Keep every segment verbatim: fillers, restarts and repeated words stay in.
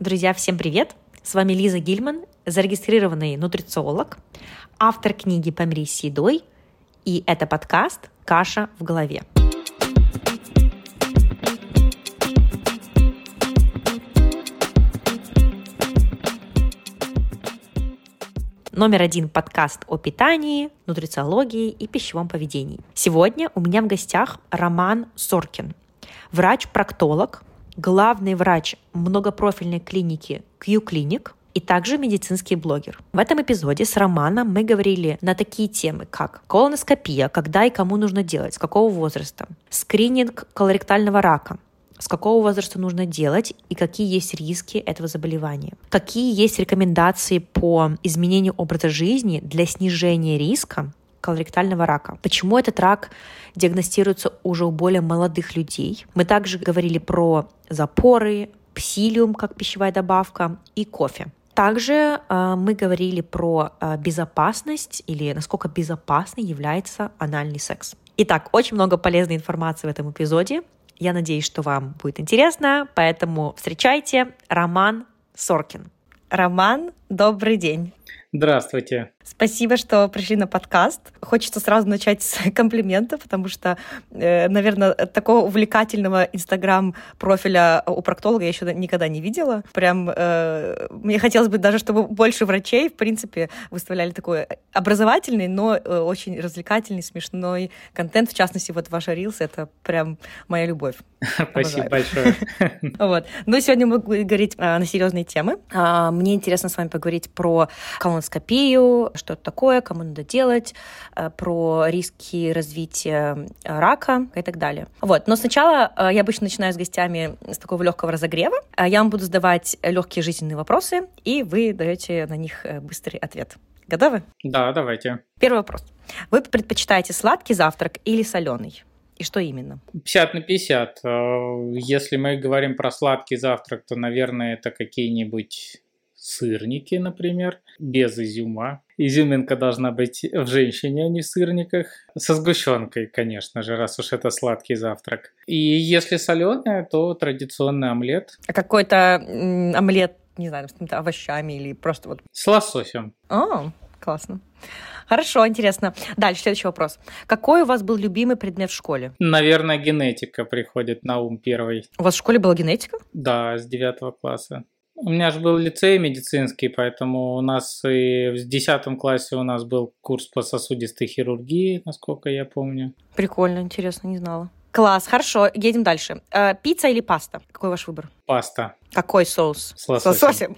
Друзья, всем привет! С вами Лиза Гильман, зарегистрированный нутрициолог, автор книги «Помирись с едой», и это подкаст «Каша в голове». Номер один подкаст о питании, нутрициологии и пищевом поведении. Сегодня у меня в гостях Роман Соркин, врач-проктолог, главный врач многопрофильной клиники Q-Clinic и также медицинский блогер. В этом эпизоде с Романом мы говорили на такие темы, как колоноскопия, когда и кому нужно делать, с какого возраста, скрининг колоректального рака, с какого возраста нужно делать и какие есть риски этого заболевания, какие есть рекомендации по изменению образа жизни для снижения риска колоректального рака. Почему этот рак диагностируется уже у более молодых людей. Мы также говорили про запоры, псилиум как пищевая добавка и кофе. Также э, мы говорили про э, безопасность или насколько безопасным является анальный секс. Итак, очень много полезной информации в этом эпизоде. Я надеюсь, что вам будет интересно, поэтому встречайте Роман Соркин. Роман, добрый день. Здравствуйте. Спасибо, что пришли на подкаст. Хочется сразу начать с комплимента, потому что, э, наверное, такого увлекательного инстаграм-профиля у проктолога я еще никогда не видела. Прям э, мне хотелось бы даже, чтобы больше врачей, в принципе, выставляли такой образовательный, но э, очень развлекательный, смешной контент. В частности, вот ваша Reels — это прям моя любовь. Спасибо большое. Вот. Но сегодня мы будем говорить а, на серьезные темы. А, мне интересно с вами поговорить про колоноскопию, что это такое, кому надо делать, а, про риски развития рака и так далее. Вот. Но сначала а, я обычно начинаю с гостями с такого легкого разогрева. А я вам буду задавать легкие жизненные вопросы, и вы даете на них быстрый ответ. Готовы? Да, давайте. Первый вопрос. Вы предпочитаете сладкий завтрак или соленый? И что именно? пятьдесят на пятьдесят. Если мы говорим про сладкий завтрак, то, наверное, это какие-нибудь сырники, например, без изюма. Изюминка должна быть в женщине, а не в сырниках. Со сгущенкой, конечно же, раз уж это сладкий завтрак. И если соленое, то традиционный омлет. А какой-то м- омлет, не знаю, с какими-то овощами или просто вот... С лососем. О, классно. Хорошо, интересно. Дальше, следующий вопрос. Какой у вас был любимый предмет в школе? Наверное, генетика приходит на ум первый. У вас в школе была генетика? Да, с девятого класса. У меня же был лицей медицинский, поэтому у нас и в десятом классе у нас был курс по сосудистой хирургии, насколько я помню. Прикольно, интересно, не знала. Класс, хорошо, едем дальше. Э, пицца или паста? Какой ваш выбор? Паста. Какой соус? С лососем. С лососем?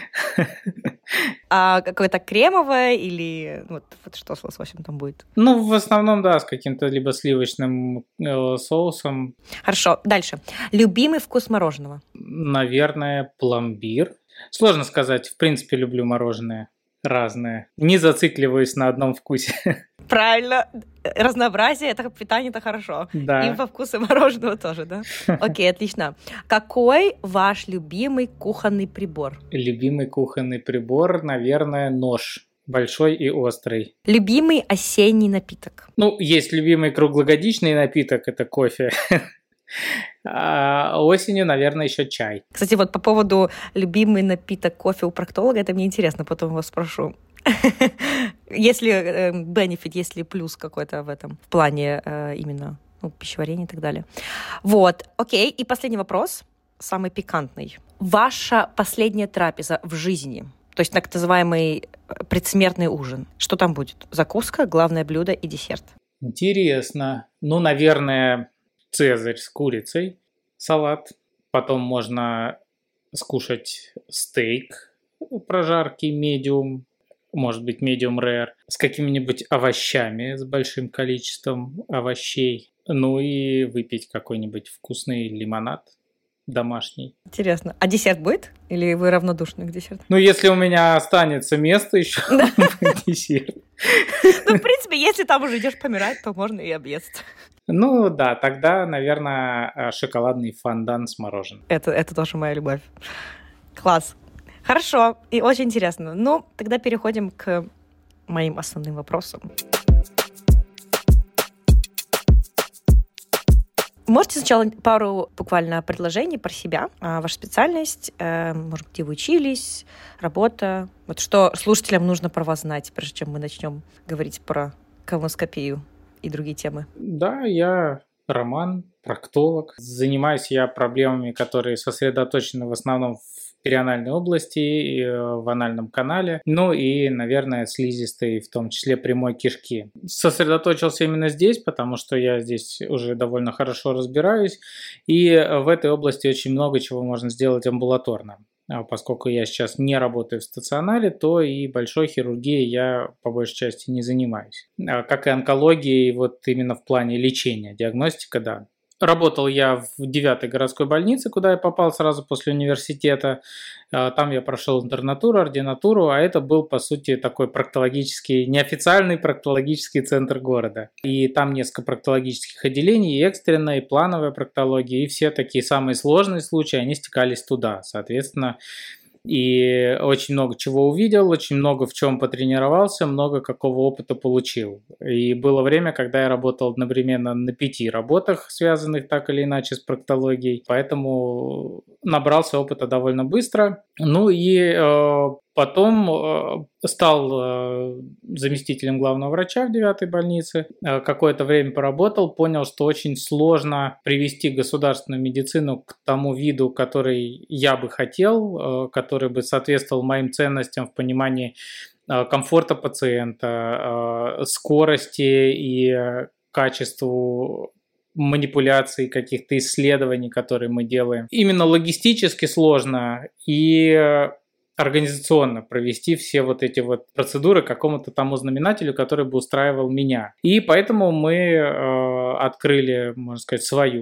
А какое-то кремовое или вот, вот что с лососем там будет? Ну, в основном, да, с каким-то либо сливочным э, соусом. Хорошо, дальше. Любимый вкус мороженого? Наверное, пломбир. Сложно сказать, в принципе, люблю мороженое разное. Не зацикливаюсь на одном вкусе. Правильно. Разнообразие — это питание, это хорошо. Да. И по вкусу мороженого тоже, да? Окей, отлично. Какой ваш любимый кухонный прибор? Любимый кухонный прибор, наверное, нож. Большой и острый. Любимый осенний напиток? Ну, есть любимый круглогодичный напиток, это кофе. А осенью, наверное, еще чай. Кстати, вот по поводу любимый напиток кофе у проктолога, это мне интересно, потом вас спрошу. Есть ли бенефит, есть ли плюс какой-то в этом, в плане э, именно ну, пищеварения и так далее. Вот, окей. И последний вопрос, самый пикантный. Ваша последняя трапеза в жизни, то есть так называемый предсмертный ужин, что там будет? Закуска, главное блюдо и десерт. Интересно. Ну, наверное, цезарь с курицей, салат. Потом можно скушать стейк прожарки медиум, может быть, medium rare, с какими-нибудь овощами, с большим количеством овощей. Ну и выпить какой-нибудь вкусный лимонад домашний. Интересно. А десерт будет? Или вы равнодушны к десерту? Ну, если у меня останется место еще, десерт. Ну, в принципе, если там уже идешь помирать, то можно и объесть. Ну да, тогда, наверное, шоколадный фондан с мороженым. Это, это тоже моя любовь. Класс. Хорошо, и очень интересно. Ну, тогда переходим к моим основным вопросам. Можете сначала пару буквально предложений про себя, ваша специальность, может, где вы учились, работа. Вот что слушателям нужно про вас знать, прежде чем мы начнем говорить про колоноскопию и другие темы. Да, я Роман, проктолог. Занимаюсь я проблемами, которые сосредоточены в основном в перианальной области, и в анальном канале, ну и, наверное, слизистой, в том числе прямой кишки. Сосредоточился именно здесь, потому что я здесь уже довольно хорошо разбираюсь, и в этой области очень много чего можно сделать амбулаторно. Поскольку я сейчас не работаю в стационаре, то и большой хирургией я по большей части не занимаюсь. Как и онкологией, вот именно в плане лечения, диагностика, да. Работал я в девятой городской больнице, куда я попал сразу после университета. Там я прошел интернатуру, ординатуру, а это был, по сути, такой проктологический, неофициальный проктологический центр города. И там несколько проктологических отделений, и экстренная, и плановая проктология, и все такие самые сложные случаи, они стекались туда. Соответственно, и очень много чего увидел, очень много в чем потренировался, много какого опыта получил. И было время, когда я работал одновременно на пяти работах, связанных так или иначе с проктологией, поэтому набрался опыта довольно быстро. Ну и э, потом э, стал э, заместителем главного врача в девятой больнице. Э, какое-то время поработал, понял, что очень сложно привести государственную медицину к тому виду, который я бы хотел, э, который бы соответствовал моим ценностям в понимании э, комфорта пациента, э, скорости и э, качеству манипуляций, каких-то исследований, которые мы делаем. Именно логистически сложно и организационно провести все вот эти вот процедуры какому-то тому знаменателю, который бы устраивал меня. И поэтому мы э, открыли, можно сказать, свою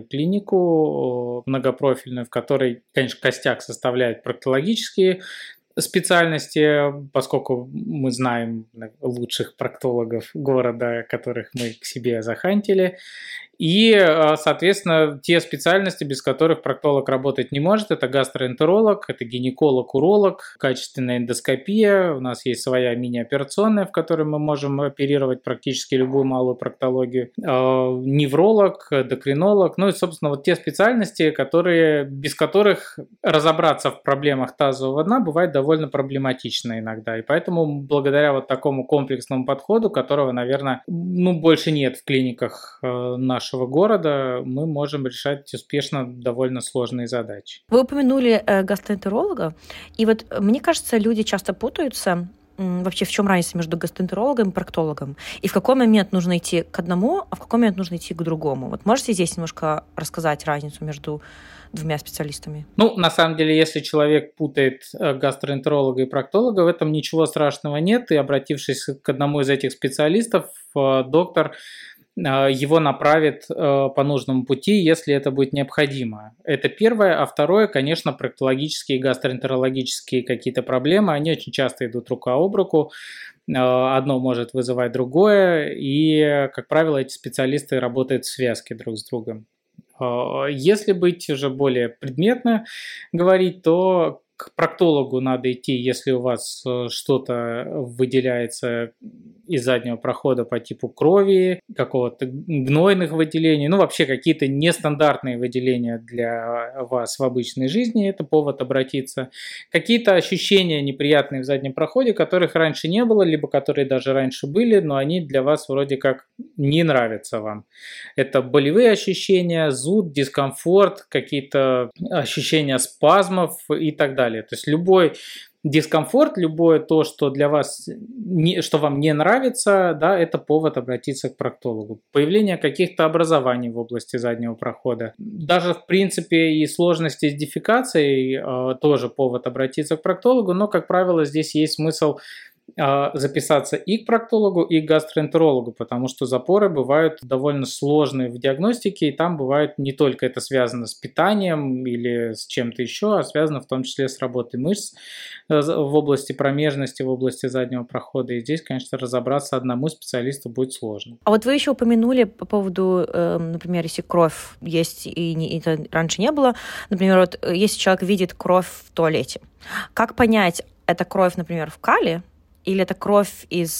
клинику э, многопрофильную, в которой, конечно, костяк составляет проктологические специальности, поскольку мы знаем лучших проктологов города, которых мы к себе захантили. И, соответственно, те специальности, без которых проктолог работать не может, это гастроэнтеролог, это гинеколог, уролог, качественная эндоскопия. У нас есть своя мини-операционная, в которой мы можем оперировать практически любую малую проктологию. Невролог, эндокринолог. Ну и, собственно, вот те специальности, которые, без которых разобраться в проблемах тазового дна бывает довольно проблематично иногда. И поэтому благодаря вот такому комплексному подходу, которого, наверное, ну, больше нет в клиниках наших нашего города, мы можем решать успешно довольно сложные задачи. Вы упомянули э, гастроэнтеролога, и вот мне кажется, люди часто путаются м, вообще в чем разница между гастроэнтерологом и проктологом, и в какой момент нужно идти к одному, а в какой момент нужно идти к другому. Вот можете здесь немножко рассказать разницу между двумя специалистами? Ну, на самом деле, если человек путает гастроэнтеролога и проктолога, в этом ничего страшного нет, и обратившись к одному из этих специалистов, доктор его направит по нужному пути, если это будет необходимо. Это первое. А второе, конечно, проктологические и гастроэнтерологические какие-то проблемы, они очень часто идут рука об руку. Одно может вызывать другое, и, как правило, эти специалисты работают в связке друг с другом. Если быть уже более предметно говорить, то к проктологу надо идти, если у вас что-то выделяется из заднего прохода по типу крови, какого-то гнойных выделений, ну вообще какие-то нестандартные выделения для вас в обычной жизни, это повод обратиться. Какие-то ощущения неприятные в заднем проходе, которых раньше не было, либо которые даже раньше были, но они для вас вроде как не нравятся вам. Это болевые ощущения, зуд, дискомфорт, какие-то ощущения спазмов и так далее. То есть любой дискомфорт, любое то, что для вас, не, что вам не нравится, да, это повод обратиться к проктологу. Появление каких-то образований в области заднего прохода. Даже, в принципе, и сложности с дефекацией э, тоже повод обратиться к проктологу, но, как правило, здесь есть смысл записаться и к проктологу, и к гастроэнтерологу, потому что запоры бывают довольно сложные в диагностике, и там бывает не только это связано с питанием или с чем-то еще, а связано в том числе с работой мышц в области промежности, в области заднего прохода. И здесь, конечно, разобраться одному специалисту будет сложно. А вот вы еще упомянули по поводу, например, если кровь есть и, не, и это раньше не было, например, вот если человек видит кровь в туалете, как понять, это кровь, например, в кале, или это кровь из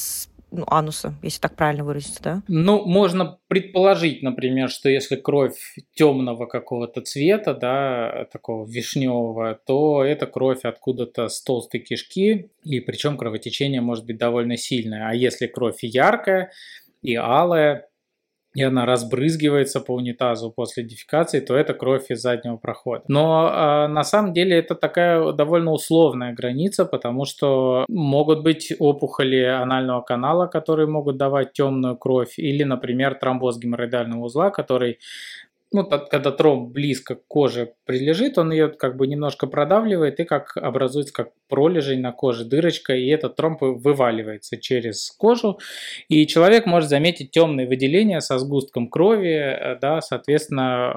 ну, ануса, если так правильно выразиться, да? Ну, можно предположить, например, что если кровь темного какого-то цвета, да, такого вишневого, то это кровь откуда-то с толстой кишки, и причем кровотечение может быть довольно сильное. А если кровь яркая и алая, и она разбрызгивается по унитазу после дефекации, то это кровь из заднего прохода. Но э, на самом деле это такая довольно условная граница, потому что могут быть опухоли анального канала, которые могут давать темную кровь, или, например, тромбоз геморроидального узла, который, ну, когда тромб близко к коже прилежит, он ее как бы немножко продавливает, и как образуется как пролежень на коже, дырочка, и этот тромб вываливается через кожу, и человек может заметить темные выделения со сгустком крови, да, соответственно,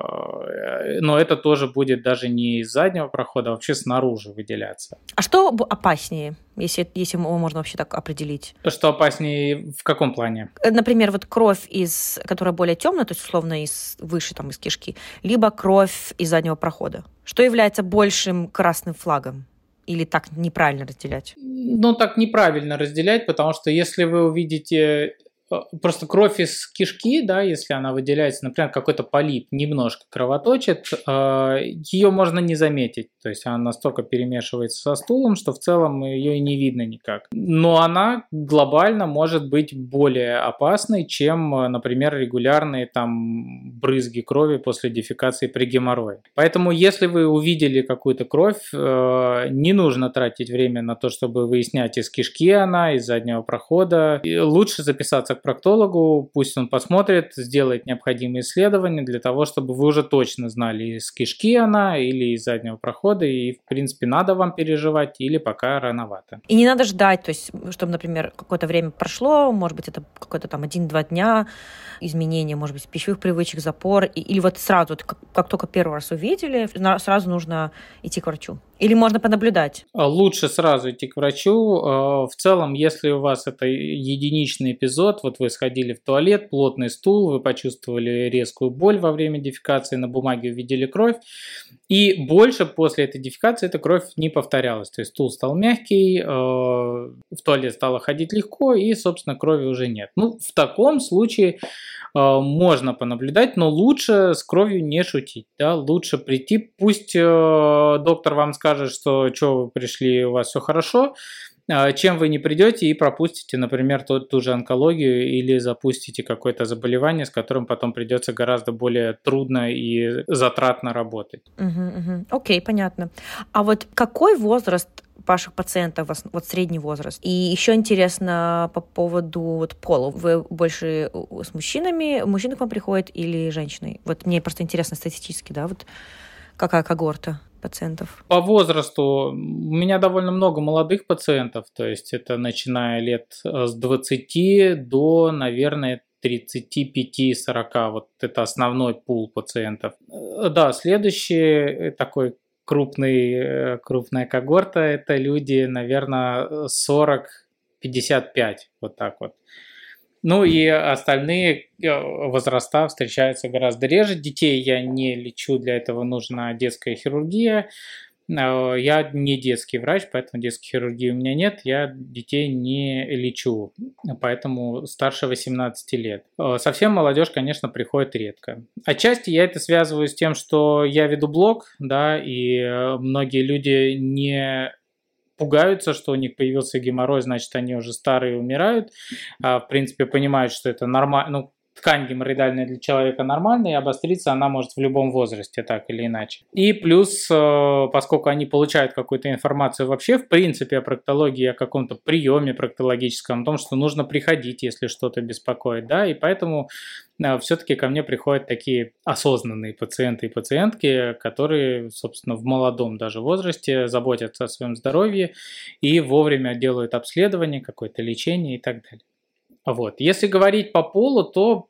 но это тоже будет даже не из заднего прохода, а вообще снаружи выделяться. А что опаснее, если, если можно вообще так определить? Что опаснее в каком плане? Например, вот кровь, из, которая более темная, то есть условно из, выше там, из кишки, либо кровь из заднего прохода. Что является большим красным флагом? Или так неправильно разделять? Ну, так неправильно разделять, потому что если вы увидите просто кровь из кишки, да, если она выделяется, например, какой-то полип немножко кровоточит, ее можно не заметить. То есть она настолько перемешивается со стулом, что в целом ее и не видно никак. Но она глобально может быть более опасной, чем, например, регулярные там брызги крови после дефекации при геморрое. Поэтому, если вы увидели какую-то кровь, не нужно тратить время на то, чтобы выяснять, из кишки она, из заднего прохода. И лучше записаться к проктологу, пусть он посмотрит, сделает необходимые исследования для того, чтобы вы уже точно знали, из кишки она или из заднего прохода, и, в принципе, надо вам переживать или пока рановато. И не надо ждать, то есть, чтобы, например, какое-то время прошло, может быть, это какой-то там один-два дня, изменения, может быть, пищевых привычек, запор, и, или вот сразу, как, как только первый раз увидели, сразу нужно идти к врачу? Или можно понаблюдать? Лучше сразу идти к врачу. В целом, если у вас это единичный эпизод, вот вы сходили в туалет, плотный стул, вы почувствовали резкую боль во время дефекации, на бумаге увидели кровь, и больше после этой дефекации эта кровь не повторялась. То есть стул стал мягкий, в туалет стало ходить легко, и, собственно, крови уже нет. Ну, в таком случае можно понаблюдать, но лучше с кровью не шутить, да, лучше прийти, пусть доктор вам скажет, что что вы пришли, у вас все хорошо, чем вы не придете и пропустите, например, ту, ту же онкологию или запустите какое-то заболевание, с которым потом придется гораздо более трудно и затратно работать. Угу, угу. Окей, понятно. А вот какой возраст ваших пациентов, вот средний возраст? И еще интересно по поводу вот пола. Вы больше с мужчинами, мужчины к вам приходят или женщины? Вот мне просто интересно статистически, да, вот какая когорта пациентов? По возрасту у меня довольно много молодых пациентов, то есть это начиная лет с двадцати до, наверное, тридцати пяти сорока. Вот это основной пул пациентов. Да, следующий такой крупный, крупная когорта – это люди, наверное, сорок пятьдесят пять, вот так вот. Ну и остальные возраста встречаются гораздо реже. Детей я не лечу, для этого нужна детская хирургия. Я не детский врач, поэтому детской хирургии у меня нет. Я детей не лечу, поэтому старше восемнадцати лет. Совсем молодежь, конечно, приходит редко. Отчасти я это связываю с тем, что я веду блог, да, и многие люди не пугаются, что у них появился геморрой, значит, они уже старые и умирают. В принципе, понимают, что это нормально. Ну, ткань геморроидальная для человека нормальная, и обостриться она может в любом возрасте, так или иначе. И плюс, поскольку они получают какую-то информацию вообще, в принципе, о проктологии, о каком-то приеме проктологическом, о том, что нужно приходить, если что-то беспокоит, да, и поэтому все-таки ко мне приходят такие осознанные пациенты и пациентки, которые, собственно, в молодом даже возрасте заботятся о своем здоровье и вовремя делают обследование, какое-то лечение и так далее. Вот. Если говорить по полу, то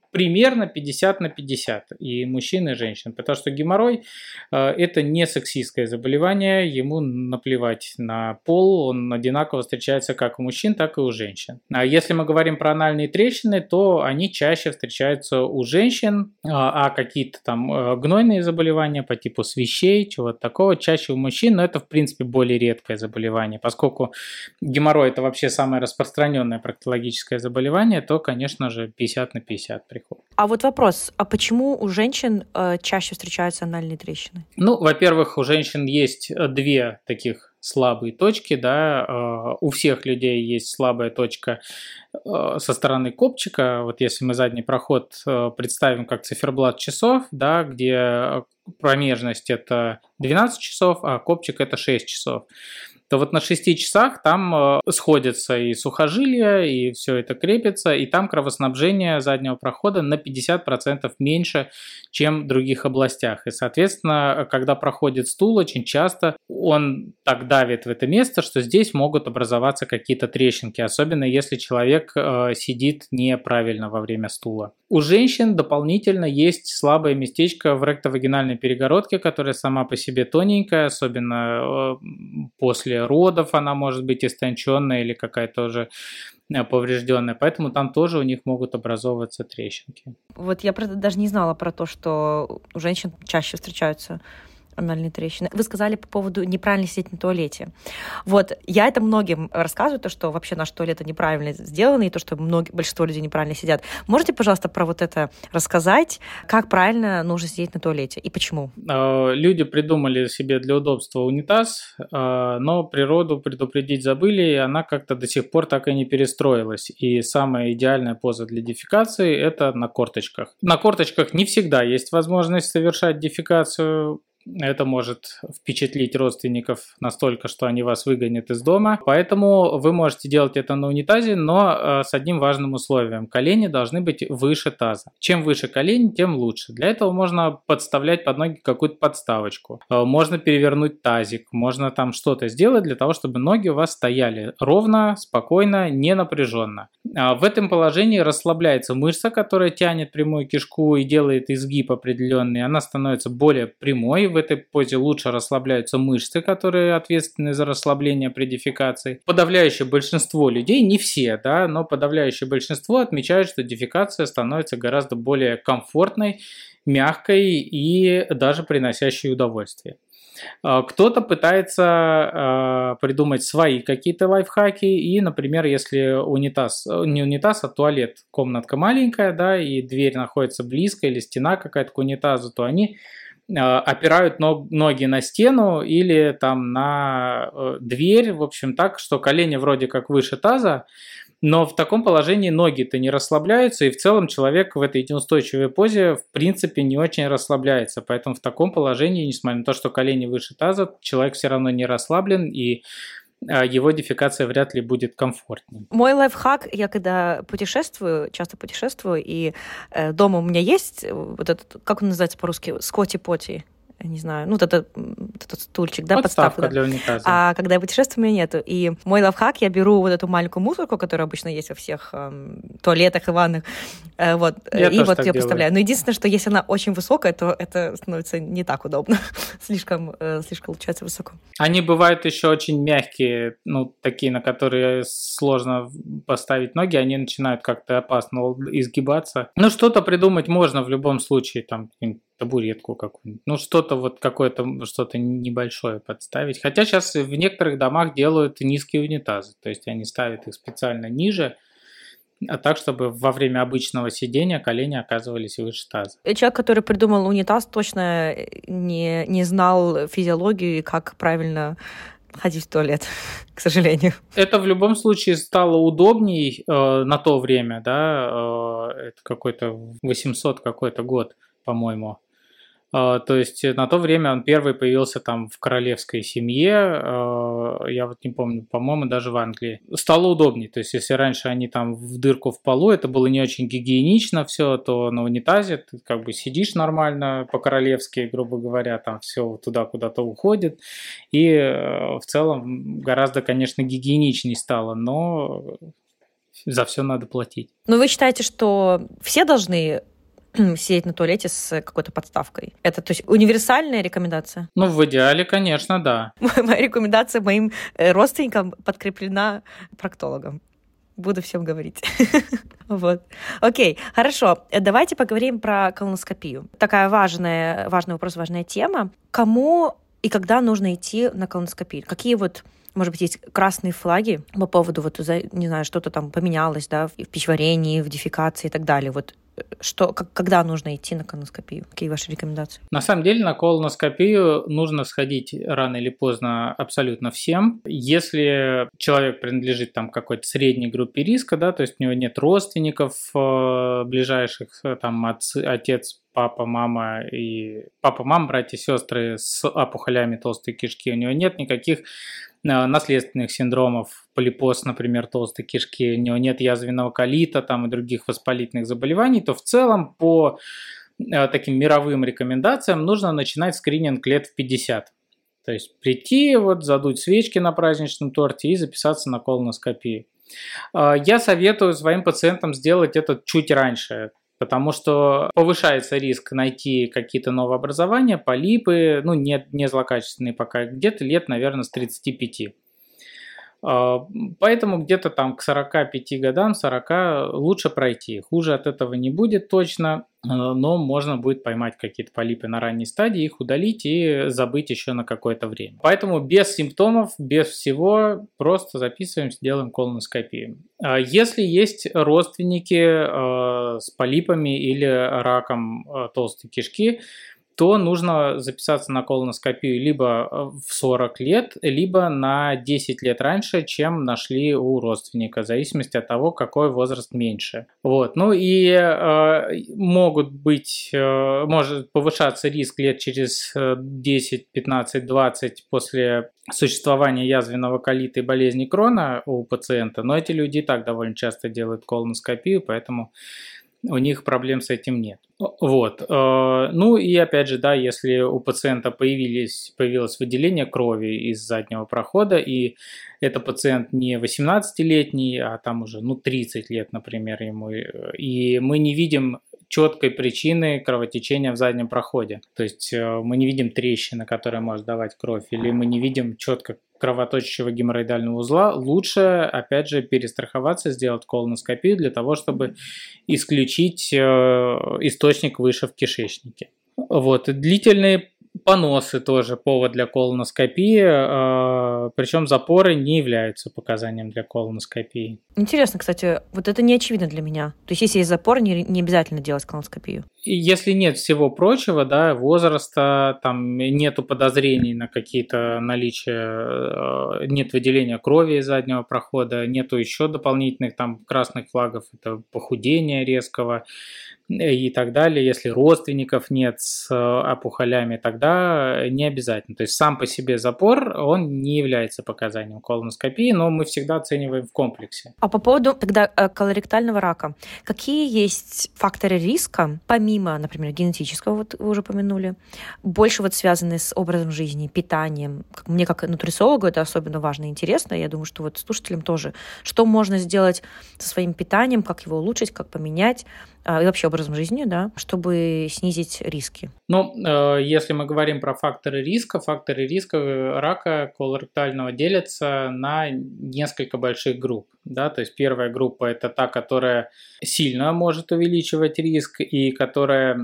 примерно пятьдесят на пятьдесят и мужчин, и женщин, потому что геморрой – это не сексистское заболевание, ему наплевать на пол, он одинаково встречается как у мужчин, так и у женщин. А если мы говорим про анальные трещины, то они чаще встречаются у женщин, а какие-то там гнойные заболевания по типу свищей, чего-то такого, чаще у мужчин, но это в принципе более редкое заболевание, поскольку геморрой – это вообще самое распространенное проктологическое заболевание, то, конечно же, пятьдесят на пятьдесят приходит. А вот вопрос, а почему у женщин э, чаще встречаются анальные трещины? Ну, во-первых, у женщин есть две таких слабые точки, да, э, у всех людей есть слабая точка э, со стороны копчика. Вот если мы задний проход э, представим как циферблат часов, да, где промежность это двенадцать часов, а копчик это шесть часов, то вот на шести часах там э, сходятся и сухожилия, и все это крепится, и там кровоснабжение заднего прохода на пятьдесят процентов меньше, чем в других областях. И, соответственно, когда проходит стул, очень часто он так давит в это место, что здесь могут образоваться какие-то трещинки, особенно если человек э, сидит неправильно во время стула. У женщин дополнительно есть слабое местечко в ректовагинальной перегородке, которая сама по себе тоненькая, особенно э, после родов она может быть истонченная или какая-то уже поврежденная, поэтому там тоже у них могут образовываться трещинки. Вот я даже не знала про то, что у женщин чаще встречаются анальные трещины. Вы сказали по поводу неправильно сидеть на туалете. Вот, я это многим рассказываю, то, что вообще наши туалеты неправильно сделаны, и то, что многие, большинство людей неправильно сидят. Можете, пожалуйста, про вот это рассказать, как правильно нужно сидеть на туалете и почему? Люди придумали себе для удобства унитаз, но природу предупредить забыли, и она как-то до сих пор так и не перестроилась. И самая идеальная поза для дефекации – это на корточках. На корточках не всегда есть возможность совершать дефекацию. Это может впечатлить родственников настолько, что они вас выгонят из дома. Поэтому вы можете делать это на унитазе, но с одним важным условием. Колени должны быть выше таза. Чем выше колени, тем лучше. Для этого можно подставлять под ноги какую-то подставочку. Можно перевернуть тазик, можно там что-то сделать для того, чтобы ноги у вас стояли ровно, спокойно, не напряженно. В этом положении расслабляется мышца, которая тянет прямую кишку и делает изгиб определенный. Она становится более прямой. В этой позе лучше расслабляются мышцы, которые ответственны за расслабление при дефекации. Подавляющее большинство людей, не все, да, но подавляющее большинство отмечают, что дефекация становится гораздо более комфортной, мягкой и даже приносящей удовольствие. Кто-то пытается э, придумать свои какие-то лайфхаки, и, например, если унитаз, не унитаз, а туалет, комнатка маленькая, да, и дверь находится близко, или стена какая-то к унитазу, то они опирают ноги на стену или там на дверь, в общем так, что колени вроде как выше таза, но в таком положении ноги-то не расслабляются, и в целом человек в этой неустойчивой позе в принципе не очень расслабляется, поэтому в таком положении, несмотря на то, что колени выше таза, человек все равно не расслаблен, и его дефекация вряд ли будет комфортнее. Мой лайфхак, я когда путешествую, часто путешествую, и э, дома у меня есть вот этот, как он называется по-русски, скотти-поти, не знаю, ну, вот это, вот этот стульчик, да, подставка, подставка. Да. Для унитаза. А когда я путешествую, у меня нету. И мой лайфхак, я беру вот эту маленькую мусорку, которая обычно есть во всех эм, туалетах и ваннах, э, вот, я и вот ее поставляю. поставляю. Но единственное, что если она очень высокая, то это становится не так удобно. слишком, э, слишком получается высоко. Они бывают еще очень мягкие, ну, такие, на которые сложно поставить ноги, они начинают как-то опасно изгибаться. Ну, что-то придумать можно в любом случае, там, табуретку какую-нибудь, ну что-то вот какое-то, что-то небольшое подставить. Хотя сейчас в некоторых домах делают низкие унитазы, то есть они ставят их специально ниже, а так, чтобы во время обычного сидения колени оказывались выше таза. Человек, который придумал унитаз, точно не, не знал физиологию и как правильно ходить в туалет, к сожалению. Это в любом случае стало удобней э, на то время, да, э, это какой-то восемьсот какой-то год, по-моему. То есть на то время он первый появился там в королевской семье, я вот не помню, по-моему, даже в Англии. Стало удобнее, то есть если раньше они там в дырку в полу, это было не очень гигиенично все, то на унитазе ты как бы сидишь нормально по-королевски, грубо говоря, там все туда куда-то уходит, и в целом гораздо, конечно, гигиеничней стало, но за все надо платить. Но вы считаете, что все должны сидеть на туалете с какой-то подставкой? Это, то есть, универсальная рекомендация? Ну, в идеале, конечно, да. Моя рекомендация моим родственникам подкреплена проктологом. Буду всем говорить. Вот. Окей, хорошо. Давайте поговорим про колоноскопию. Такая важная, важный вопрос, важная тема. Кому и когда нужно идти на колоноскопию? Какие вот, может быть, есть красные флаги по поводу, вот, не знаю, что-то там поменялось, да, в пищеварении, в дефекации и так далее. Вот что, как, когда нужно идти на колоноскопию? Какие ваши рекомендации? На самом деле на колоноскопию нужно сходить рано или поздно абсолютно всем. Если человек принадлежит там какой-то средней группе риска, да, то есть у него нет родственников э, ближайших, там отцы, отец, папа, мама и папа, мама, братья, сестры с опухолями толстой кишки, у него нет никаких наследственных синдромов, полипоз, например, толстой кишки, у него нет язвенного колита там, и других воспалительных заболеваний, то в целом по э, таким мировым рекомендациям нужно начинать скрининг лет в пятьдесят. То есть прийти, вот, задуть свечки на праздничном торте и записаться на колоноскопию. Э, я советую своим пациентам сделать это чуть раньше, потому что повышается риск найти какие-то новообразования, полипы, ну, не, не злокачественные пока, где-то лет, наверное, с тридцати пяти. Поэтому где-то там к сорока пяти годам, сорока лучше пройти. Хуже от этого не будет точно, но можно будет поймать какие-то полипы на ранней стадии, их удалить и забыть еще на какое-то время. Поэтому без симптомов, без всего, просто записываемся, делаем колоноскопию. Если есть родственники с полипами или раком толстой кишки, то нужно записаться на колоноскопию либо в сорок лет, либо на десять лет раньше, чем нашли у родственника, в зависимости от того, какой возраст меньше. Вот. Ну и э, могут быть, э, может повышаться риск лет через десять, пятнадцать, двадцать после существования язвенного колита и болезни Крона у пациента, но эти люди и так довольно часто делают колоноскопию, поэтому у них проблем с этим нет. Вот. Ну и опять же, да, если у пациента появились, появилось выделение крови из заднего прохода, и это пациент не восемнадцатилетний, а там уже ну, тридцать лет, например, ему, и мы не видим четкой причины кровотечения в заднем проходе. То есть мы не видим трещины, которая может давать кровь, или мы не видим четко кровоточащего геморроидального узла, лучше, опять же, перестраховаться, сделать колоноскопию для того, чтобы исключить источник выше в кишечнике. Вот. Длительные поносы тоже повод для колоноскопии, причем запоры не являются показанием для колоноскопии. Интересно, кстати, вот это не очевидно для меня. То есть, если есть запор, не, не обязательно делать колоноскопию. Если нет всего прочего, да, возраста, там нету подозрений на какие-то наличия, нет выделения крови из заднего прохода, нету еще дополнительных там красных флагов, это похудение резкого и так далее. Если родственников нет с опухолями, тогда не обязательно. То есть сам по себе запор, он не является показанием колоноскопии, но мы всегда оцениваем в комплексе. А по поводу тогда колоректального рака, какие есть факторы риска, помимо, например, генетического, вот вы уже упомянули, больше вот связанные с образом жизни, питанием? Мне как нутрициологу это особенно важно и интересно. Я думаю, что вот слушателям тоже. Что можно сделать со своим питанием, как его улучшить, как поменять, и вообще образом жизни, да, чтобы снизить риски? Ну, э, если мы говорим про факторы риска, факторы риска рака колоректального делятся на несколько больших групп. Да? То есть первая группа – это та, которая сильно может увеличивать риск и которая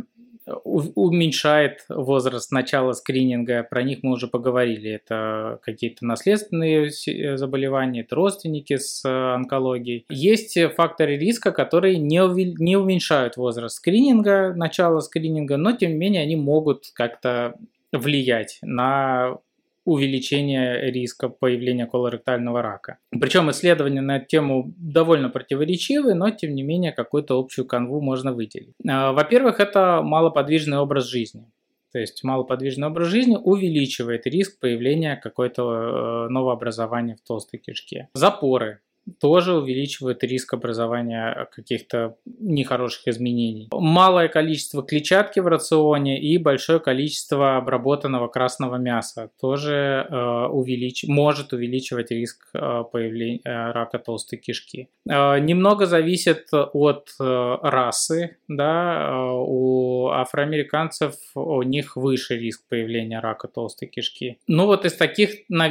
уменьшает возраст начала скрининга, про них мы уже поговорили. Это какие-то наследственные заболевания, это родственники с онкологией. Есть факторы риска, которые не, увель... не уменьшают возраст скрининга, начало скрининга, но тем не менее они могут как-то влиять на увеличение риска появления колоректального рака. Причем исследования на эту тему довольно противоречивы, но тем не менее какую-то общую канву можно выделить. Во-первых, это малоподвижный образ жизни. То есть малоподвижный образ жизни увеличивает риск появления какой-то новообразования в толстой кишке. Запоры. тоже увеличивает риск образования каких-то нехороших изменений. Малое количество клетчатки в рационе и большое количество обработанного красного мяса тоже э, увелич... может увеличивать риск э, появления э, рака толстой кишки. Э, немного зависит от э, расы, да, э, у афроамериканцев у них выше риск появления рака толстой кишки. Ну вот из таких,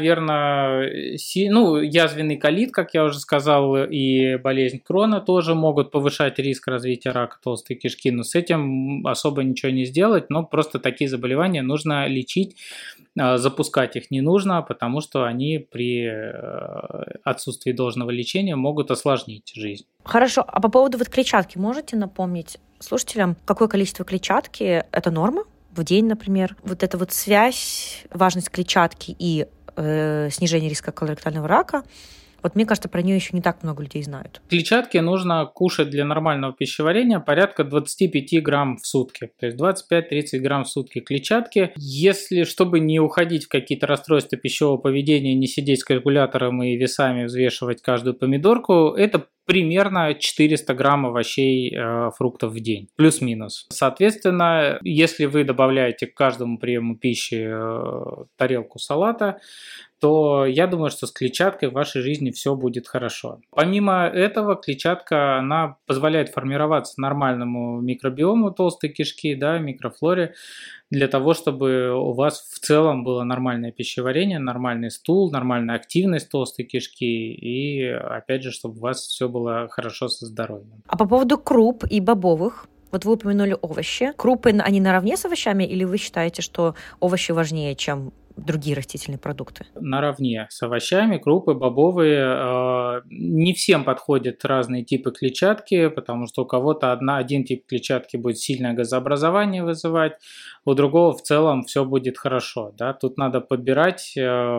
наверное, си... ну, язвенный колит, как я уже сказал, и болезнь Крона тоже могут повышать риск развития рака толстой кишки, но с этим особо ничего не сделать, но просто такие заболевания нужно лечить, запускать их не нужно, потому что они при отсутствии должного лечения могут осложнить жизнь. Хорошо, а по поводу вот клетчатки можете напомнить слушателям, какое количество клетчатки – это норма в день, например? Вот эта вот связь, важность клетчатки и э, снижение риска колоректального рака – вот мне кажется, про нее еще не так много людей знают. Клетчатки нужно кушать для нормального пищеварения порядка двадцать пять грамм в сутки. То есть двадцать пять - тридцать грамм в сутки клетчатки. Если, чтобы не уходить в какие-то расстройства пищевого поведения, не сидеть с калькулятором и весами взвешивать каждую помидорку, это примерно четыреста грамм овощей, э, фруктов в день, плюс-минус. Соответственно, если вы добавляете к каждому приему пищи э, тарелку салата, то я думаю, что с клетчаткой в вашей жизни все будет хорошо. Помимо этого, клетчатка, она позволяет формироваться нормальному микробиому толстой кишки, да, микрофлоре, для того, чтобы у вас в целом было нормальное пищеварение, нормальный стул, нормальная активность толстой кишки и, опять же, чтобы у вас все было хорошо со здоровьем. А по поводу круп и бобовых? Вот вы упомянули овощи. Крупы, они наравне с овощами, или вы считаете, что овощи важнее, чем другие растительные продукты? Наравне с овощами, крупы, бобовые. Не всем подходят разные типы клетчатки, потому что у кого-то одна, один тип клетчатки будет сильное газообразование вызывать, у другого в целом все будет хорошо. Да? Тут надо подбирать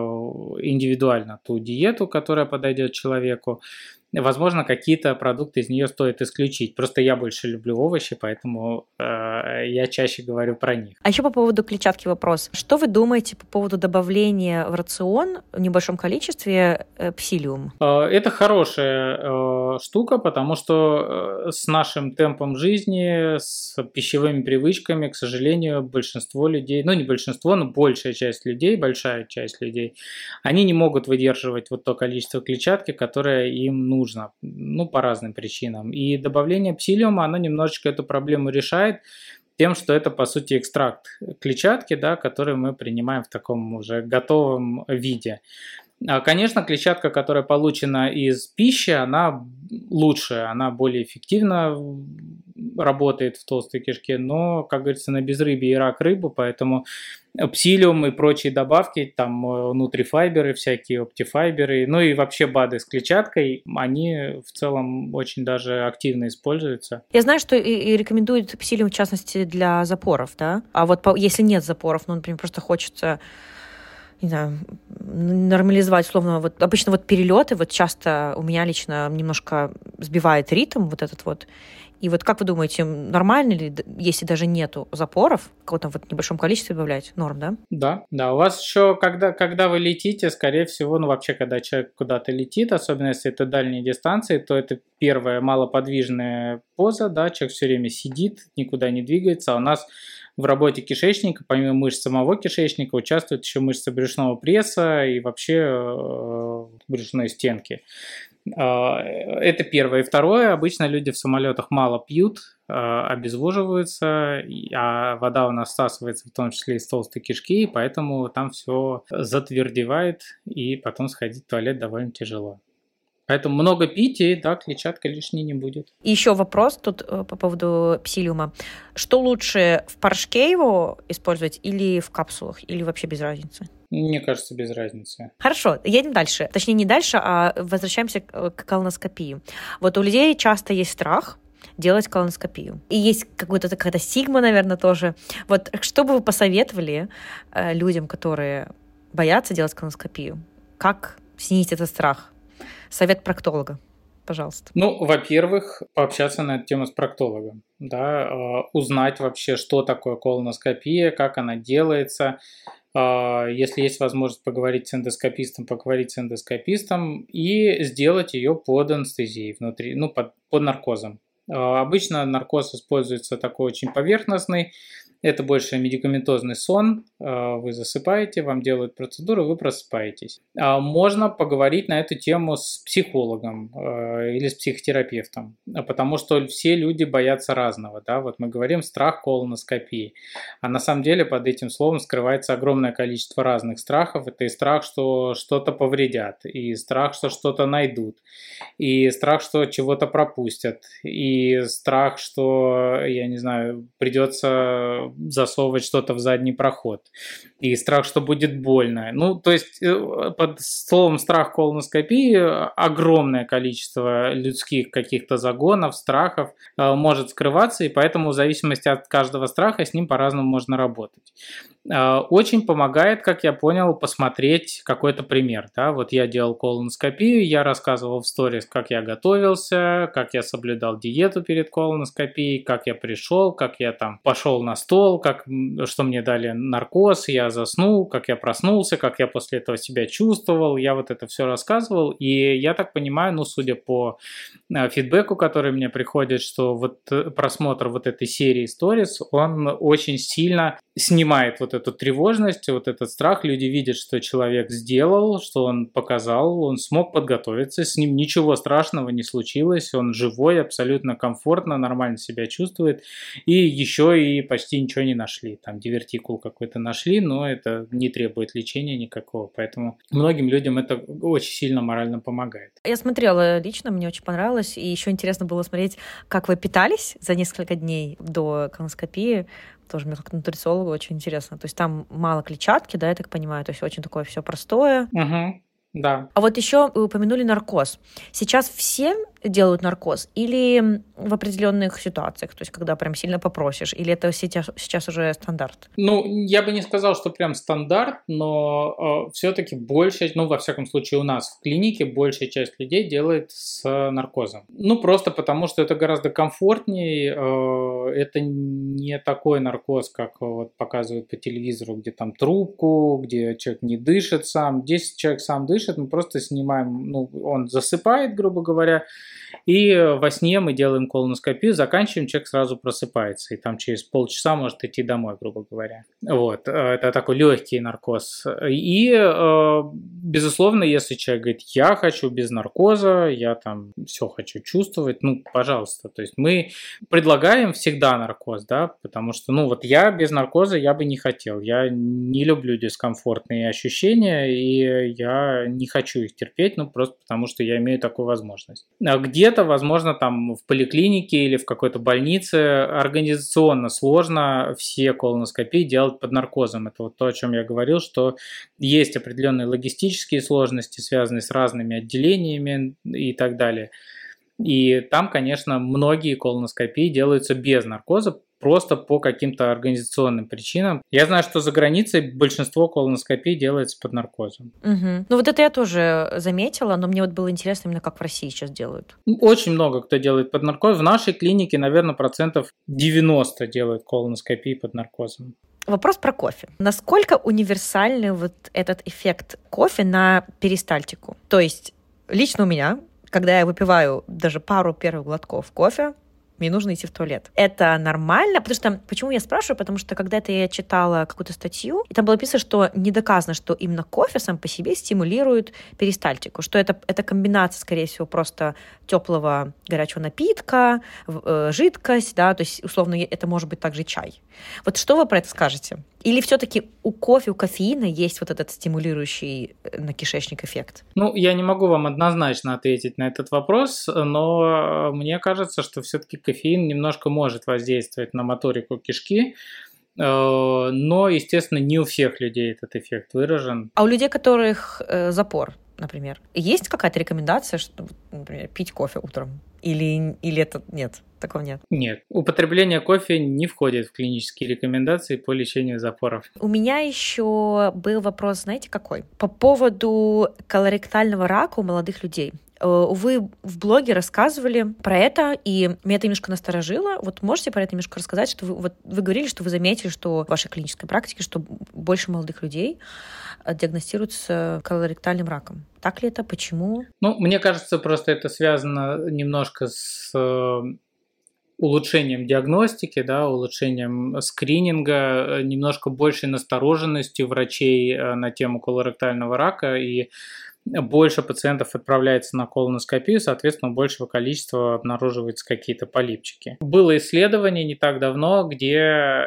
индивидуально ту диету, которая подойдет человеку. Возможно, какие-то продукты из нее стоит исключить. Просто я больше люблю овощи, поэтому э, я чаще говорю про них. А еще по поводу клетчатки вопрос. Что вы думаете по поводу добавления в рацион в небольшом количестве э, псилиум? Это хорошая э, штука, потому что э, с нашим темпом жизни, с пищевыми привычками, к сожалению, большинство людей, ну не большинство, но большая часть людей, большая часть людей, они не могут выдерживать вот то количество клетчатки, которое им нужно. нужно, ну, по разным причинам. И добавление псилиума, оно немножечко эту проблему решает тем, что это, по сути, экстракт клетчатки, да, который мы принимаем в таком уже готовом виде. Конечно, клетчатка, которая получена из пищи, она лучше, она более эффективно работает в толстой кишке, но, как говорится, на безрыбье и рак рыбу, поэтому псилиум и прочие добавки, там нутрифайберы всякие, оптифайберы, ну и вообще БАДы с клетчаткой, они в целом очень даже активно используются. Я знаю, что и, и рекомендуют псилиум, в частности, для запоров, да? А вот по, если нет запоров, ну, например, просто хочется, не знаю, нормализовать, условно, вот обычно вот перелеты, вот часто у меня лично немножко сбивает ритм вот этот вот. И вот как вы думаете, нормально ли, если даже нету запоров, в каком-то вот небольшом количестве добавлять? Норм, да? Да, да. У вас еще, когда, когда вы летите, скорее всего, ну вообще, когда человек куда-то летит, особенно если это дальние дистанции, то это первая малоподвижная поза, да, человек все время сидит, никуда не двигается, а у нас в работе кишечника, помимо мышц самого кишечника, участвуют еще мышцы брюшного пресса и вообще э, брюшной стенки. Это первое. И второе, обычно люди в самолетах мало пьют, обезвоживаются, а вода у нас всасывается в том числе из толстой кишки, поэтому там все затвердевает, и потом сходить в туалет довольно тяжело. Поэтому много пить, и да, клетчатка лишней не будет. И еще вопрос тут по поводу псилиума. Что лучше, в порошке его использовать или в капсулах, или вообще без разницы? Мне кажется, без разницы. Хорошо, едем дальше. Точнее, не дальше, а возвращаемся к колоноскопии. Вот у людей часто есть страх делать колоноскопию. И есть какая-то такая стигма, наверное, тоже. Вот что бы вы посоветовали э, людям, которые боятся делать колоноскопию? Как снизить этот страх? Совет проктолога, пожалуйста. Ну, во-первых, пообщаться на эту тему с проктологом, да, узнать вообще, что такое колоноскопия, как она делается, Если есть возможность поговорить с эндоскопистом, поговорить с эндоскопистом и сделать ее под анестезией внутри, ну, под, под наркозом. Обычно наркоз используется такой очень поверхностный. Это больше медикаментозный сон. Вы засыпаете, вам делают процедуру, вы просыпаетесь. Можно поговорить на эту тему с психологом или с психотерапевтом, потому что все люди боятся разного. Да? Вот мы говорим страх колоноскопии, а на самом деле под этим словом скрывается огромное количество разных страхов. Это и страх, что что-то повредят, и страх, что что-то найдут, и страх, что чего-то пропустят, и страх, что, я не знаю, придется засовывать что-то в задний проход, и страх, что будет больно. Ну, то есть под словом страх колоноскопии огромное количество людских каких-то загонов, страхов может скрываться, и поэтому в зависимости от каждого страха с ним по-разному можно работать. Очень помогает, как я понял, посмотреть какой-то пример. Да? Вот я делал колоноскопию, я рассказывал в сторис, как я готовился, как я соблюдал диету перед колоноскопией, как я пришел, как я там пошел на стол, как, что мне дали наркоз, я заснул, как я проснулся, как я после этого себя чувствовал. Я вот это все рассказывал, и я так понимаю, ну, судя по фидбэку, который мне приходит, что вот просмотр вот этой серии сторис, он очень сильно снимает вот эту тревожность, вот этот страх. Люди видят, что человек сделал, что он показал, он смог подготовиться, с ним ничего страшного не случилось, он живой, абсолютно комфортно, нормально себя чувствует, и еще и почти ничего не нашли. Там дивертикул какой-то нашли, но это не требует лечения никакого, поэтому многим людям это очень сильно морально помогает. Я смотрела лично, мне очень понравилось, и еще интересно было смотреть, как вы питались за несколько дней до колоноскопии. Тоже мне как нутрициологу очень интересно. То есть там мало клетчатки, да, я так понимаю, то есть очень такое все простое. Угу. Да. А вот еще вы упомянули наркоз. Сейчас все делают наркоз или в определенных ситуациях, то есть когда прям сильно попросишь, или это сейчас, сейчас уже стандарт? Ну, я бы не сказал, что прям стандарт, но э, все-таки большая, ну, во всяком случае у нас в клинике большая часть людей делает с наркозом. Ну, просто потому, что это гораздо комфортнее, э, это не такой наркоз, как вот показывают по телевизору, где там трубку, где человек не дышит сам. Здесь человек сам дышит, мы просто снимаем, ну, он засыпает, грубо говоря, и во сне мы делаем колоноскопию, заканчиваем, человек сразу просыпается, и там через полчаса может идти домой, грубо говоря. Вот, это такой легкий наркоз. И, безусловно, если человек говорит, я хочу без наркоза, я там все хочу чувствовать, ну, пожалуйста. То есть мы предлагаем всегда наркоз, да, потому что, ну, вот я без наркоза я бы не хотел. Я не люблю дискомфортные ощущения, и я не хочу их терпеть, ну, просто потому что я имею такую возможность. Где-то, возможно, там в поликлинике или в какой-то больнице организационно сложно все колоноскопии делать под наркозом. Это вот то, о чем я говорил, что есть определенные логистические сложности, связанные с разными отделениями и так далее. И там, конечно, многие колоноскопии делаются без наркоза, просто по каким-то организационным причинам. Я знаю, что за границей большинство колоноскопий делается под наркозом. Угу. Ну вот это я тоже заметила, но мне вот было интересно именно, как в России сейчас делают. Очень много кто делает под наркозом. В нашей клинике, наверное, процентов девяносто делают колоноскопии под наркозом. Вопрос про кофе. Насколько универсальный вот этот эффект кофе на перистальтику? То есть лично у меня, когда я выпиваю даже пару первых глотков кофе, мне нужно идти в туалет. Это нормально? Потому что, почему я спрашиваю? Потому что когда-то я читала какую-то статью, и там было написано, что не доказано, что именно кофе сам по себе стимулирует перистальтику, что это, это комбинация, скорее всего, просто теплого горячего напитка, э, жидкость, да, то есть, условно, это может быть также чай. Вот что вы про это скажете? Или все-таки у кофе, у кофеина есть вот этот стимулирующий на кишечник эффект? Ну, я не могу вам однозначно ответить на этот вопрос, но мне кажется, что все-таки кофеин немножко может воздействовать на моторику кишки, но, естественно, не у всех людей этот эффект выражен. А у людей, у которых э, запор, например, есть какая-то рекомендация, что, например, пить кофе утром? Или, или это нет? Такого нет? Нет. Употребление кофе не входит в клинические рекомендации по лечению запоров. У меня еще был вопрос, знаете, какой? По поводу колоректального рака у молодых людей. Вы в блоге рассказывали про это, и меня это немножко насторожило. Вот можете про это немножко рассказать, что вы, вот, вы говорили, что вы заметили, что в вашей клинической практике, что больше молодых людей диагностируются колоректальным раком. Так ли это? Почему? Ну, мне кажется, просто это связано немножко с улучшением диагностики, да, улучшением скрининга, немножко большей настороженностью врачей на тему колоректального рака, и больше пациентов отправляется на колоноскопию, соответственно, у большего количества обнаруживаются какие-то полипчики. Было исследование не так давно, где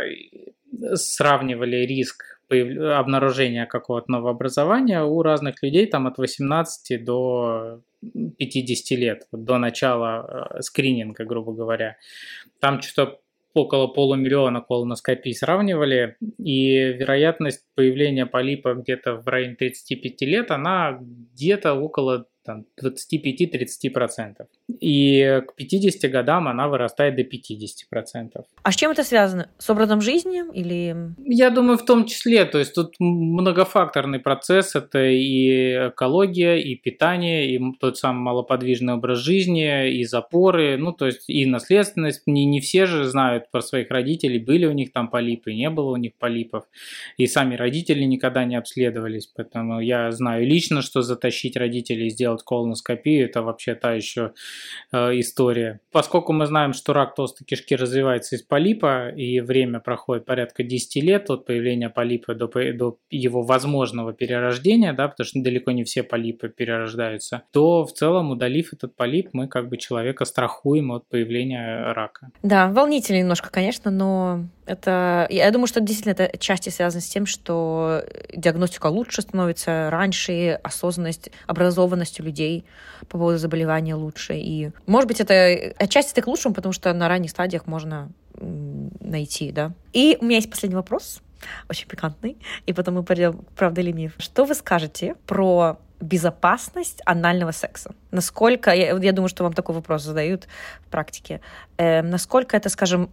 сравнивали риск обнаружения какого-то новообразования у разных людей там от восемнадцати до пятидесяти лет, до начала скрининга, грубо говоря. Там что-то около полумиллиона колоноскопий сравнивали, и вероятность появления полипа где-то в районе тридцати пяти лет, она где-то около там, двадцати пяти - тридцати процентов. И к пятидесяти годам она вырастает до пятидесяти процентов. А с чем это связано? С образом жизни или... Я думаю, в том числе. То есть тут многофакторный процесс. Это и экология, и питание, и тот самый малоподвижный образ жизни, и запоры, ну то есть и наследственность. Не, не все же знают про своих родителей, были у них там полипы, не было у них полипов. И сами родители никогда не обследовались. Поэтому я знаю лично, что затащить родителей и сделать колоноскопию – это вообще та еще история. Поскольку мы знаем, что рак толстой кишки развивается из полипа, и время проходит порядка десяти лет от появления полипа до, до его возможного перерождения, да, потому что далеко не все полипы перерождаются, то в целом, удалив этот полип, мы как бы человека страхуем от появления рака. Да, волнительно немножко, конечно, но это, я думаю, что действительно это отчасти связано с тем, что диагностика лучше становится раньше, осознанность, образованность у людей по поводу заболевания лучше. И, может быть, это отчасти это к лучшему, потому что на ранних стадиях можно найти, да. И у меня есть последний вопрос, очень пикантный, и потом мы пойдем правда или миф. Что вы скажете про безопасность анального секса? Насколько, я, я думаю, что вам такой вопрос задают в практике, э, насколько это, скажем,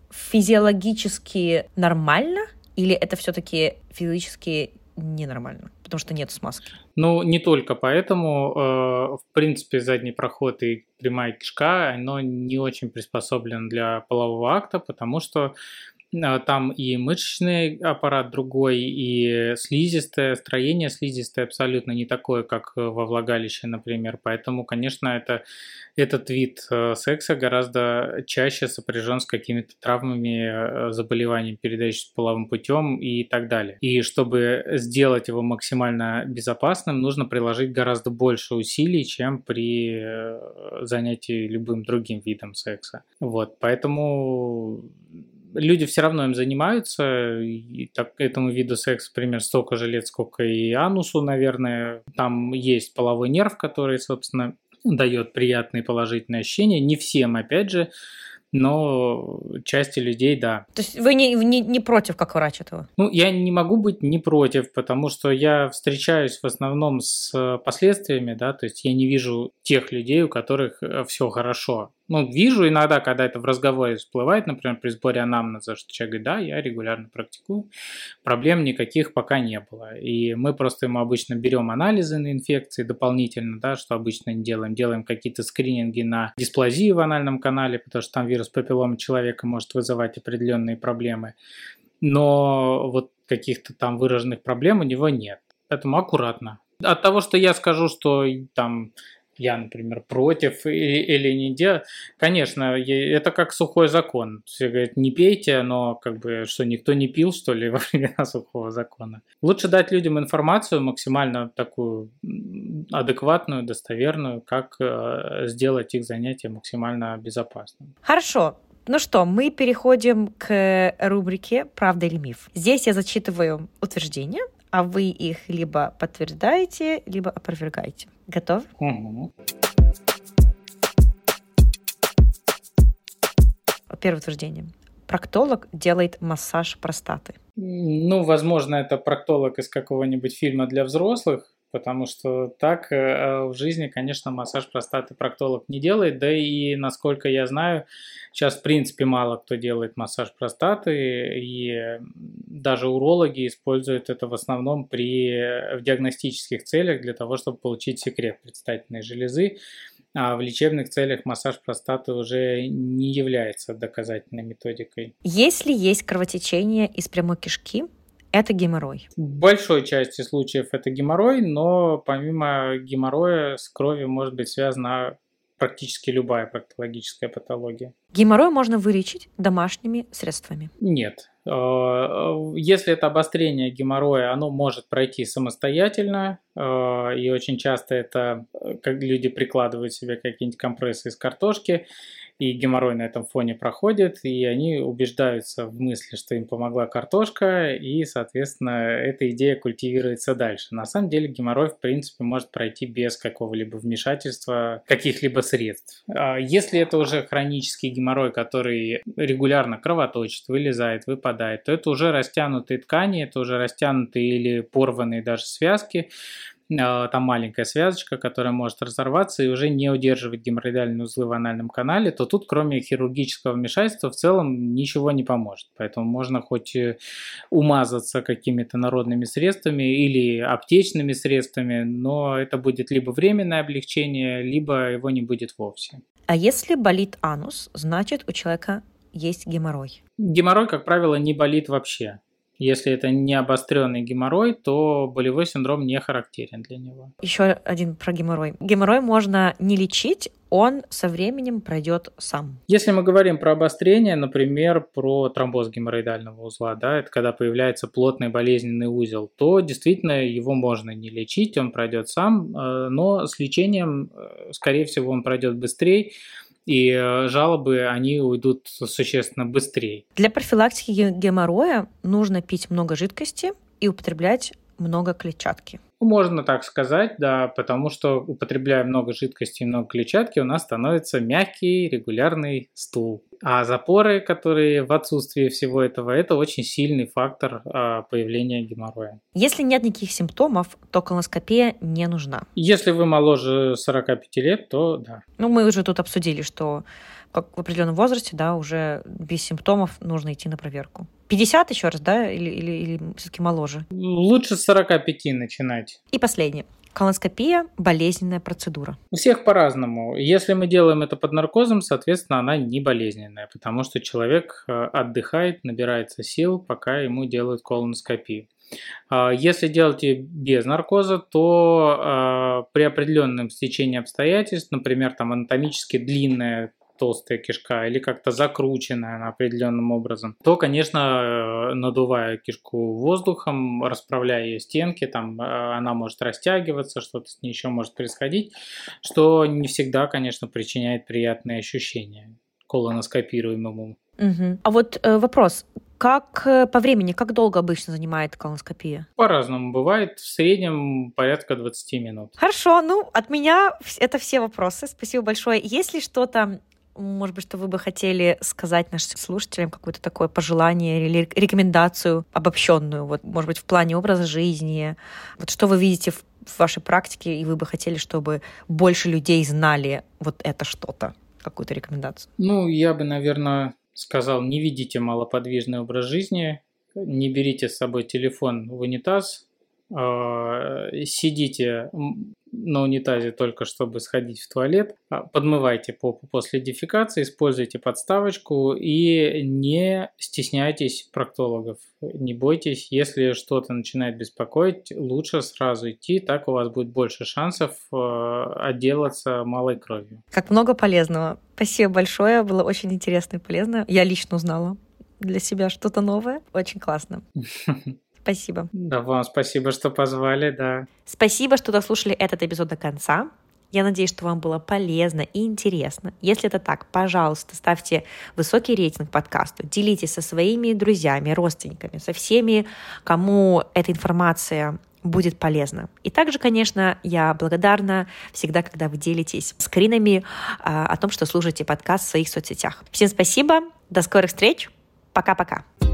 физиологически нормально, или это все-таки физически ненормально, потому что нет смазки? Ну, не только поэтому. Э, в принципе, задний проход и прямая кишка, оно не очень приспособлено для полового акта, потому что там и мышечный аппарат другой, и слизистое, строение слизистое абсолютно не такое, как во влагалище, например. Поэтому, конечно, это, этот вид секса гораздо чаще сопряжен с какими-то травмами, заболеваниями, передающимися половым путем и так далее. И чтобы сделать его максимально безопасным, нужно приложить гораздо больше усилий, чем при занятии любым другим видом секса. Вот, поэтому... Люди все равно им занимаются, и так, этому виду секса, например, столько же лет, сколько и анусу, наверное. Там есть половой нерв, который, собственно, дает приятные положительные ощущения. Не всем, опять же, но части людей, да. То есть вы не, не, не против, как врач, этого? Ну, я не могу быть не против, потому что я встречаюсь в основном с последствиями, да, то есть я не вижу тех людей, у которых все хорошо. Ну, вижу иногда, когда это в разговоре всплывает, например, при сборе анамнеза, что человек говорит, да, я регулярно практикую, проблем никаких пока не было. И мы просто ему обычно берем анализы на инфекции дополнительно, да, что обычно не делаем, делаем какие-то скрининги на дисплазию в анальном канале, потому что там вирус папилломы человека может вызывать определенные проблемы. Но вот каких-то там выраженных проблем у него нет. Поэтому аккуратно. От того, что я скажу, что там... я, например, против или, или не делаю. Конечно, это как сухой закон. Все говорят, не пейте, но как бы, что никто не пил, что ли, во времена сухого закона. Лучше дать людям информацию максимально такую адекватную, достоверную, как э, сделать их занятия максимально безопасным. Хорошо. Ну что, мы переходим к рубрике «Правда или миф?». Здесь я зачитываю утверждения, а вы их либо подтверждаете, либо опровергаете. Готовы? Угу. Первое утверждение. Проктолог делает массаж простаты. Ну, возможно, это проктолог из какого-нибудь фильма для взрослых, потому что так в жизни, конечно, массаж простаты проктолог не делает, да и, насколько я знаю, сейчас, в принципе, мало кто делает массаж простаты, и даже урологи используют это в основном при, в диагностических целях для того, чтобы получить секрет предстательной железы. А в лечебных целях массаж простаты уже не является доказательной методикой. Если есть кровотечение из прямой кишки, это геморрой? В большой части случаев это геморрой, но помимо геморроя с кровью может быть связана практически любая проктологическая патология. Геморрой можно вылечить домашними средствами? Нет. Если это обострение геморроя, оно может пройти самостоятельно, и очень часто это, как люди прикладывают себе какие-нибудь компрессы из картошки, и геморрой на этом фоне проходит, и они убеждаются в мысли, что им помогла картошка, и, соответственно, эта идея культивируется дальше. На самом деле геморрой, в принципе, может пройти без какого-либо вмешательства каких-либо средств. Если это уже хронический геморрой, который регулярно кровоточит, вылезает, выпадает, то это уже растянутые ткани, это уже растянутые или порванные даже связки. Там маленькая связочка, которая может разорваться и уже не удерживать геморроидальные узлы в анальном канале, то тут, кроме хирургического вмешательства, в целом ничего не поможет. Поэтому можно хоть умазаться какими-то народными средствами или аптечными средствами, но это будет либо временное облегчение, либо его не будет вовсе. А если болит анус, значит у человека есть геморрой? Геморрой, как правило, не болит вообще. Если это не обостренный геморрой, то болевой синдром не характерен для него. Еще один про геморрой. Геморрой можно не лечить, он со временем пройдет сам. Если мы говорим про обострение, например, про тромбоз геморроидального узла, да, это когда появляется плотный болезненный узел, то действительно его можно не лечить, он пройдет сам, но с лечением, скорее всего, он пройдет быстрее, и жалобы, они уйдут существенно быстрее. Для профилактики геморроя нужно пить много жидкости и употреблять много клетчатки. Можно так сказать, да, потому что, употребляя много жидкости и много клетчатки, у нас становится мягкий регулярный стул. А запоры, которые в отсутствии всего этого, это очень сильный фактор а, появления геморроя. Если нет никаких симптомов, то колоноскопия не нужна. Если вы моложе сорока пяти лет, то да. Ну, мы уже тут обсудили, что как в определенном возрасте, да, уже без симптомов нужно идти на проверку. пятьдесят еще раз, да, или, или, или все-таки моложе? Лучше с сорока пяти начинать. И последнее. Колоноскопия – болезненная процедура. У всех по-разному. Если мы делаем это под наркозом, соответственно, она не болезненная, потому что человек отдыхает, набирается сил, пока ему делают колоноскопию. Если делать ее без наркоза, то при определенном стечении обстоятельств, например, там анатомически длинная толстая кишка или как-то закрученная она определенным образом, то, конечно, надувая кишку воздухом, расправляя ее стенки, там она может растягиваться, что-то с ней еще может происходить, что не всегда, конечно, причиняет приятные ощущения колоноскопируемому. Угу. А вот э, вопрос. Как по времени, как долго обычно занимает колоноскопия? По-разному бывает. В среднем порядка двадцать минут. Хорошо, ну от меня это все вопросы. Спасибо большое. Есть ли что-то, может быть, что вы бы хотели сказать нашим слушателям, какое-то такое пожелание или рекомендацию обобщенную, вот, может быть, в плане образа жизни? Вот что вы видите в, в вашей практике, и вы бы хотели, чтобы больше людей знали вот это что-то, какую-то рекомендацию? Ну, я бы, наверное, сказал, не ведите малоподвижный образ жизни, не берите с собой телефон в унитаз, сидите на унитазе только чтобы сходить в туалет, подмывайте попу после дефекации, используйте подставочку и не стесняйтесь проктологов. Не бойтесь, если что-то начинает беспокоить, лучше сразу идти, так у вас будет больше шансов отделаться малой кровью. Как много полезного. Спасибо большое, было очень интересно и полезно. Я лично узнала для себя что-то новое. Очень классно. Спасибо. Да, вам спасибо, что позвали, да. Спасибо, что дослушали этот эпизод до конца. Я надеюсь, что вам было полезно и интересно. Если это так, пожалуйста, ставьте высокий рейтинг подкасту, делитесь со своими друзьями, родственниками, со всеми, кому эта информация будет полезна. И также, конечно, я благодарна всегда, когда вы делитесь скринами а, о том, что слушаете подкаст в своих соцсетях. Всем спасибо, до скорых встреч, пока-пока.